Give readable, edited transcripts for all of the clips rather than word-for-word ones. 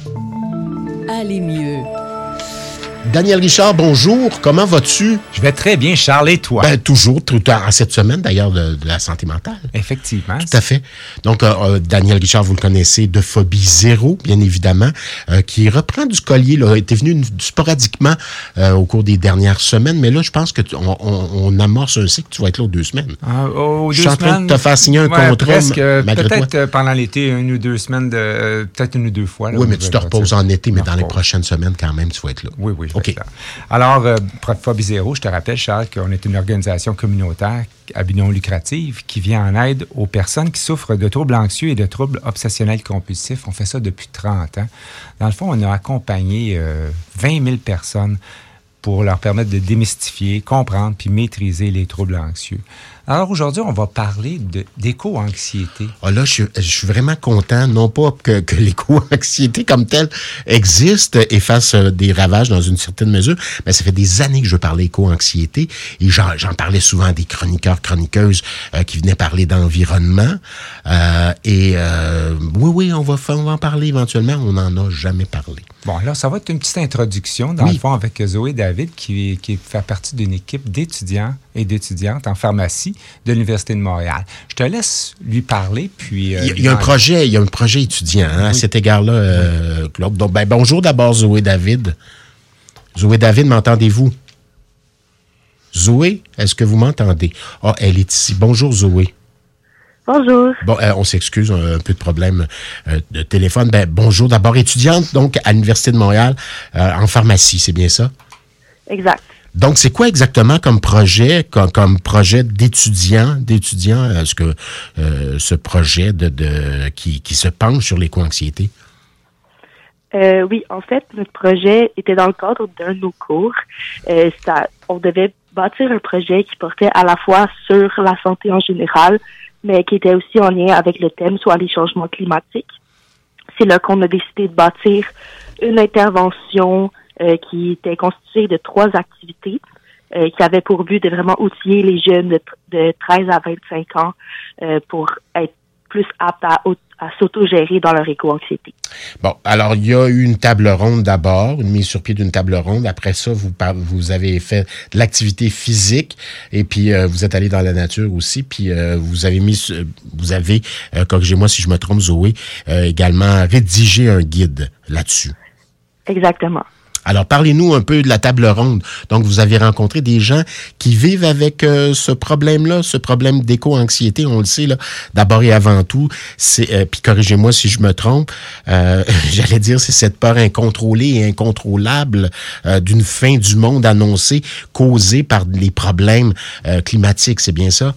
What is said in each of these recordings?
Aller mieux. Daniel Richard, bonjour. Comment vas-tu? Je vais très bien, Charles, et toi? Toujours, en cette semaine d'ailleurs de la santé mentale. Effectivement. Tout à fait. Donc, Daniel Richard, vous le connaissez, de Phobie Zéro, bien évidemment, qui reprend du collier. Là, était venu sporadiquement au cours des dernières semaines, mais là, je pense qu'on amorce un cycle. Tu vas être là aux 2 semaines. Je suis en train de te faire signer un contrat. Presque, malgré peut-être toi. Pendant l'été, 1 ou 2 semaines, peut-être 1 ou 2 fois. Là, oui, mais tu te reposes en été, mais dans les prochaines semaines, quand même, tu vas être là. Oui, je vais OK. être là. Alors, Phobie Zéro, je te rappelle, Charles, qu'on est une organisation communautaire à but non lucratif qui vient en aide aux personnes qui souffrent de troubles anxieux et de troubles obsessionnels compulsifs. On fait ça depuis 30 ans. Dans le fond, on a accompagné 20 000 personnes pour leur permettre de démystifier, comprendre puis maîtriser les troubles anxieux. Alors aujourd'hui, on va parler d'éco-anxiété. Ah là, je suis vraiment content, non pas que l'éco-anxiété comme telle existe et fasse des ravages dans une certaine mesure, mais ça fait des années que je parle éco-anxiété et j'en parlais souvent à des chroniqueurs, chroniqueuses qui venaient parler d'environnement. Oui, on va en parler éventuellement, on n'en a jamais parlé. Bon, alors ça va être une petite introduction, dans le fond, avec Zoé David, qui fait partie d'une équipe d'étudiants et d'étudiantes en pharmacie de l'Université de Montréal. Je te laisse lui parler, puis... Il y a un projet étudiant à cet égard-là, Claude. Donc, bonjour d'abord, Zoé David. Zoé David, m'entendez-vous? Zoé, est-ce que vous m'entendez? Ah, elle est ici. Bonjour, Zoé. Bonjour. Bon, on s'excuse, un peu de problème de téléphone. Bonjour, d'abord étudiante, donc, à l'Université de Montréal, en pharmacie, c'est bien ça? Exact. Donc, c'est quoi exactement comme projet, comme projet d'étudiant, est-ce que ce projet qui se penche sur l'éco-anxiété? Oui, en fait, notre projet était dans le cadre d'un de nos cours. On devait bâtir un projet qui portait à la fois sur la santé en général, mais qui était aussi en lien avec le thème, soit les changements climatiques. C'est là qu'on a décidé de bâtir une intervention qui était constituée de 3 activités qui avaient pour but de vraiment outiller les jeunes de 13 à 25 ans pour être plus aptes à s'autogérer dans leur éco-anxiété. Bon, alors il y a eu une table ronde d'abord, une mise sur pied d'une table ronde. Après ça, vous avez fait de l'activité physique et puis vous êtes allé dans la nature aussi. Puis vous avez, corrigez-moi si je me trompe, Zoé, également rédigé un guide là-dessus. Exactement. Alors, parlez-nous un peu de la table ronde. Donc, vous avez rencontré des gens qui vivent avec ce problème-là, ce problème d'éco-anxiété, on le sait, là. D'abord et avant tout, c'est, puis corrigez-moi si je me trompe, j'allais dire, c'est cette peur incontrôlée et incontrôlable d'une fin du monde annoncée, causée par les problèmes climatiques, c'est bien ça?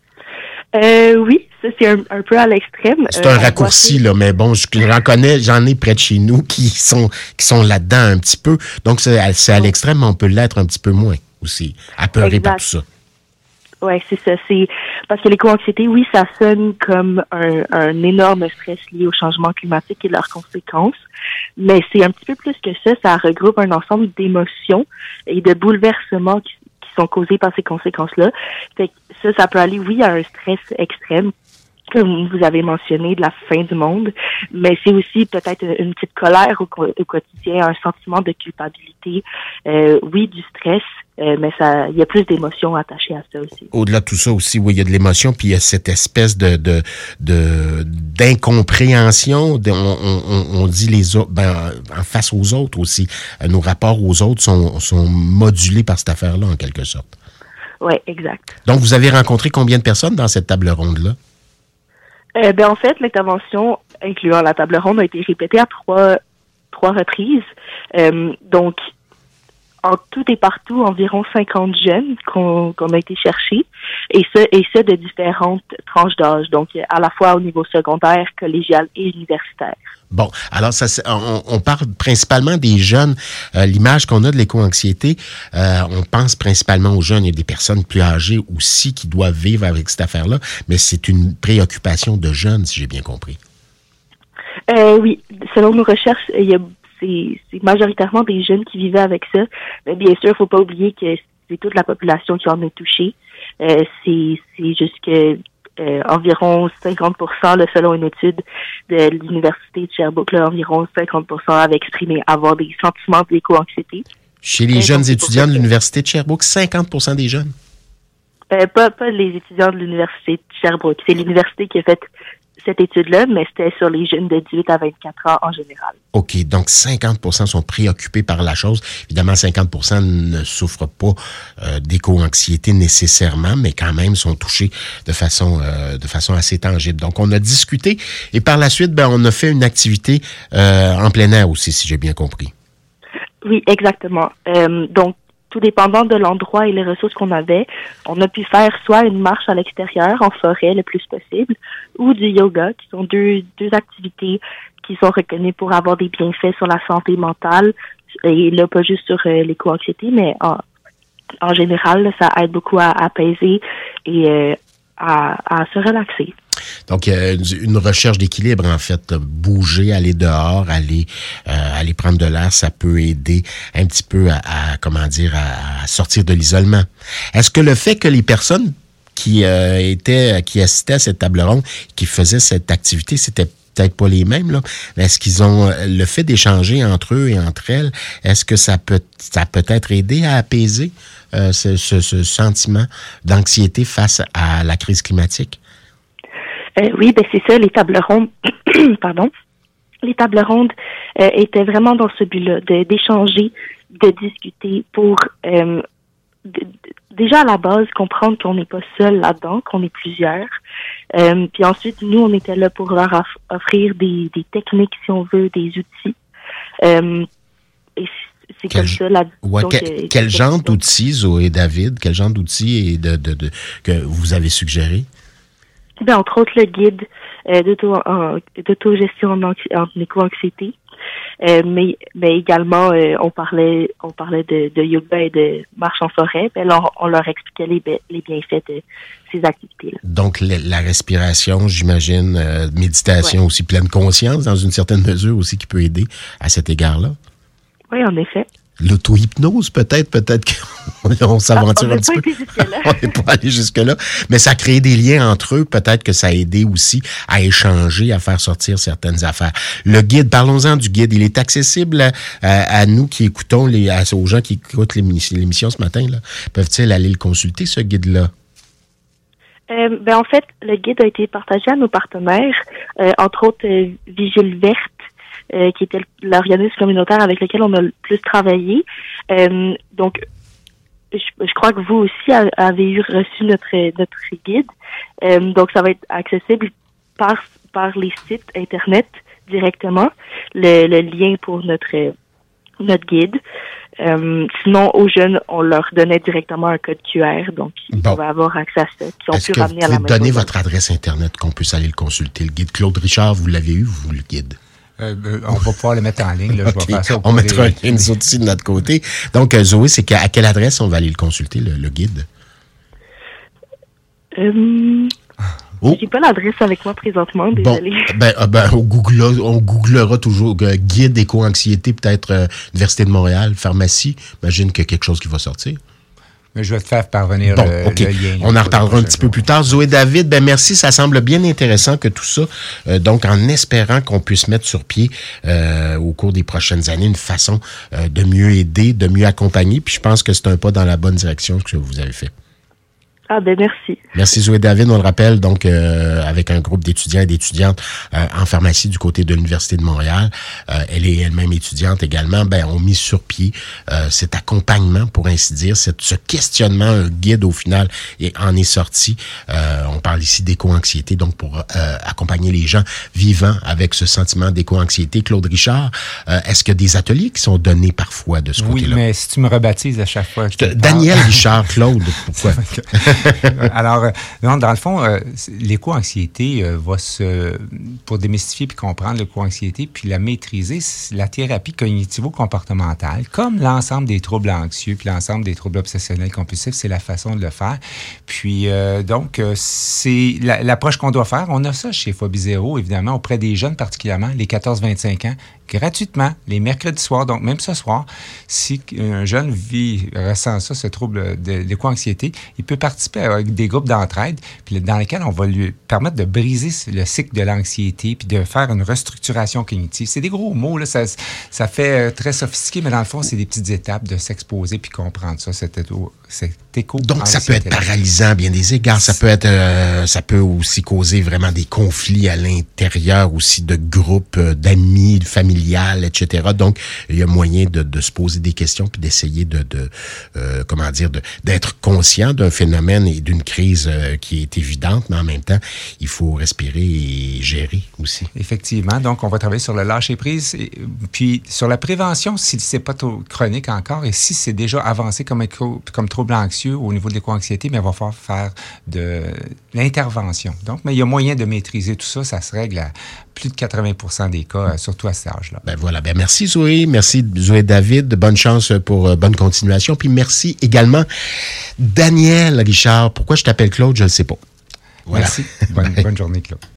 Oui. Ça, c'est un peu à l'extrême. C'est un raccourci, là, mais bon, j'en ai près de chez nous qui sont là-dedans un petit peu. Donc, c'est à l'extrême, mais on peut l'être un petit peu moins aussi, apeuré par tout ça. Oui, c'est ça. C'est parce que l'éco-anxiété, oui, ça sonne comme un énorme stress lié au changement climatique et leurs conséquences, mais c'est un petit peu plus que ça. Ça regroupe un ensemble d'émotions et de bouleversements qui sont causés par ces conséquences-là. Fait que ça peut aller, oui, à un stress extrême, comme vous avez mentionné, de la fin du monde, mais c'est aussi peut-être une petite colère au quotidien, un sentiment de culpabilité, oui, du stress, mais il y a plus d'émotions attachées à ça aussi. Au-delà de tout ça aussi, oui, il y a de l'émotion, puis il y a cette espèce d'incompréhension, on dit les autres, en face aux autres aussi, nos rapports aux autres sont modulés par cette affaire-là, en quelque sorte. Oui, exact. Donc, vous avez rencontré combien de personnes dans cette table ronde-là? En fait, l'intervention, incluant la table ronde, a été répétée à trois reprises. Donc, en tout et partout, environ 50 jeunes qu'on a été chercher, et ce de différentes tranches d'âge, donc à la fois au niveau secondaire, collégial et universitaire. Bon, alors on parle principalement des jeunes. L'image qu'on a de l'éco-anxiété, on pense principalement aux jeunes. Il y a des personnes plus âgées aussi qui doivent vivre avec cette affaire-là, mais c'est une préoccupation de jeunes, si j'ai bien compris. Oui, selon nos recherches, c'est majoritairement des jeunes qui vivaient avec ça. Mais bien sûr, il ne faut pas oublier que c'est toute la population qui en est touchée. C'est juste que environ 50%, là, selon une étude de l'Université de Sherbrooke, là, environ 50% avaient exprimé avoir des sentiments d'éco-anxiété. Chez les jeunes étudiants de l'Université de Sherbrooke, 50% des jeunes? Pas les étudiants de l'Université de Sherbrooke. C'est l'université qui a fait cette étude-là, mais c'était sur les jeunes de 18 à 24 ans en général. OK, donc 50% sont préoccupés par la chose. Évidemment, 50% ne souffrent pas d'éco-anxiété nécessairement, mais quand même sont touchés de façon assez tangible. Donc, on a discuté et par la suite, on a fait une activité en plein air aussi, si j'ai bien compris. Oui, exactement. Donc, tout dépendant de l'endroit et les ressources qu'on avait, on a pu faire soit une marche à l'extérieur, en forêt, le plus possible, ou du yoga, qui sont deux activités qui sont reconnues pour avoir des bienfaits sur la santé mentale, et là, pas juste sur l'éco-anxiété, mais en général, là, ça aide beaucoup à apaiser et à se relaxer. Donc, une recherche d'équilibre, en fait. Bouger, aller dehors, aller prendre de l'air, ça peut aider un petit peu à sortir de l'isolement. Est-ce que le fait que les personnes qui assistaient à cette table ronde, qui faisaient cette activité, c'était peut-être pas les mêmes, là. Est-ce qu'ils ont le fait d'échanger entre eux et entre elles, est-ce que ça peut être aidé à apaiser ce sentiment d'anxiété face à la crise climatique? Oui, c'est ça, les tables rondes, pardon. Les tables rondes étaient vraiment dans ce but-là, d'échanger, de discuter pour déjà à la base comprendre qu'on n'est pas seul là-dedans, qu'on est plusieurs. Puis ensuite, nous, on était là pour leur offrir des techniques, si on veut, des outils. Et c'est comme ça. Quel genre d'outils, Zoé et David, quel genre d'outils que vous avez suggéré? Entre autres, le guide d'autogestion en éco-anxiété. Mais également, on parlait de yoga et de marche en forêt. Là, on leur expliquait les bienfaits de ces activités-là. Donc, la respiration, j'imagine, méditation aussi, pleine conscience, dans une certaine mesure aussi, qui peut aider à cet égard-là. Oui, en effet. L'auto-hypnose, peut-être qu'on s'aventure un petit peu. On n'est pas allé jusque-là. Mais ça crée des liens entre eux. Peut-être que ça a aidé aussi à échanger, à faire sortir certaines affaires. Le guide, parlons-en du guide. Il est accessible à nous qui écoutons, aux gens qui écoutent l'émission ce matin, là. Peuvent-ils aller le consulter, ce guide-là? En fait, le guide a été partagé à nos partenaires, entre autres Vigile Verte, qui était l'organisme communautaire avec lequel on a le plus travaillé. Donc, je crois que vous aussi avez reçu notre guide. Donc, ça va être accessible par les sites Internet directement, le lien pour notre guide. Sinon, aux jeunes, on leur donnait directement un code QR, donc ils pouvaient avoir accès à ça. Est-ce que vous pouvez donner votre adresse Internet qu'on puisse aller le consulter? Le guide Claude Richard, vous l'avez eu, vous, le guide? On va pouvoir le mettre en ligne. Là, okay. Je vais faire ça on mettra un lien aussi de notre côté. Donc, Zoé, c'est à quelle adresse on va aller le consulter, le guide? J'ai pas l'adresse avec moi présentement, désolé. On googlera toujours guide éco-anxiété, peut-être Université de Montréal, pharmacie. J'imagine qu'il y a quelque chose qui va sortir. Mais je vais te faire parvenir le lien. On en reparlera un petit peu plus tard. Zoé David, merci. Ça semble bien intéressant que tout ça. Donc, en espérant qu'on puisse mettre sur pied au cours des prochaines années une façon de mieux aider, de mieux accompagner. Puis je pense que c'est un pas dans la bonne direction que vous avez fait. Merci. Merci Zoé David, on le rappelle, donc avec un groupe d'étudiants et d'étudiantes en pharmacie du côté de l'Université de Montréal. Elle est elle-même étudiante également, ont mis sur pied cet accompagnement, pour ainsi dire, ce questionnement, un guide au final en est sorti. On parle ici d'éco-anxiété, donc pour accompagner les gens vivant avec ce sentiment d'éco-anxiété. Claude Richard, est-ce qu'il y a des ateliers qui sont donnés parfois de ce côté-là? Oui, mais si tu me rebaptises à chaque fois... Daniel Richard, Claude, pourquoi? Alors, dans le fond, l'éco-anxiété pour démystifier puis comprendre l'éco-anxiété puis la maîtriser, la thérapie cognitivo-comportementale, comme l'ensemble des troubles anxieux puis l'ensemble des troubles obsessionnels compulsifs, c'est la façon de le faire. Puis, donc, c'est l'approche qu'on doit faire. On a ça chez Phobie Zéro, évidemment, auprès des jeunes particulièrement, les 14-25 ans, gratuitement, les mercredis soirs. Donc, même ce soir, si un jeune ressent ça, ce trouble de l'éco-anxiété, il peut participer participer à des groupes d'entraide, puis dans lesquels on va lui permettre de briser le cycle de l'anxiété, puis de faire une restructuration cognitive. C'est des gros mots, là, ça fait très sophistiqué, mais dans le fond, c'est des petites étapes de s'exposer puis comprendre ça, cet écho. Donc, ça peut être paralysant à bien des égards. Ça peut aussi causer vraiment des conflits à l'intérieur aussi de groupes d'amis, familiales, etc. Donc, il y a moyen de se poser des questions puis d'essayer d'être conscient d'un phénomène et d'une crise qui est évidente, mais en même temps, il faut respirer et gérer aussi. Effectivement. Donc, on va travailler sur le lâcher-prise, puis sur la prévention, si c'est pas trop chronique encore, et si c'est déjà avancé comme trouble anxieux au niveau de l'éco-anxiété, mais il va falloir faire de l'intervention. Donc, mais il y a moyen de maîtriser tout ça. Ça se règle à plus de 80% des cas, surtout à cet âge-là. Ben voilà. Ben merci Zoé. Merci Zoé David. Bonne chance pour bonne continuation. Puis merci également Daniel Richard. Pourquoi je t'appelle Claude, je ne sais pas. Voilà. Merci. Bonne journée, Claude.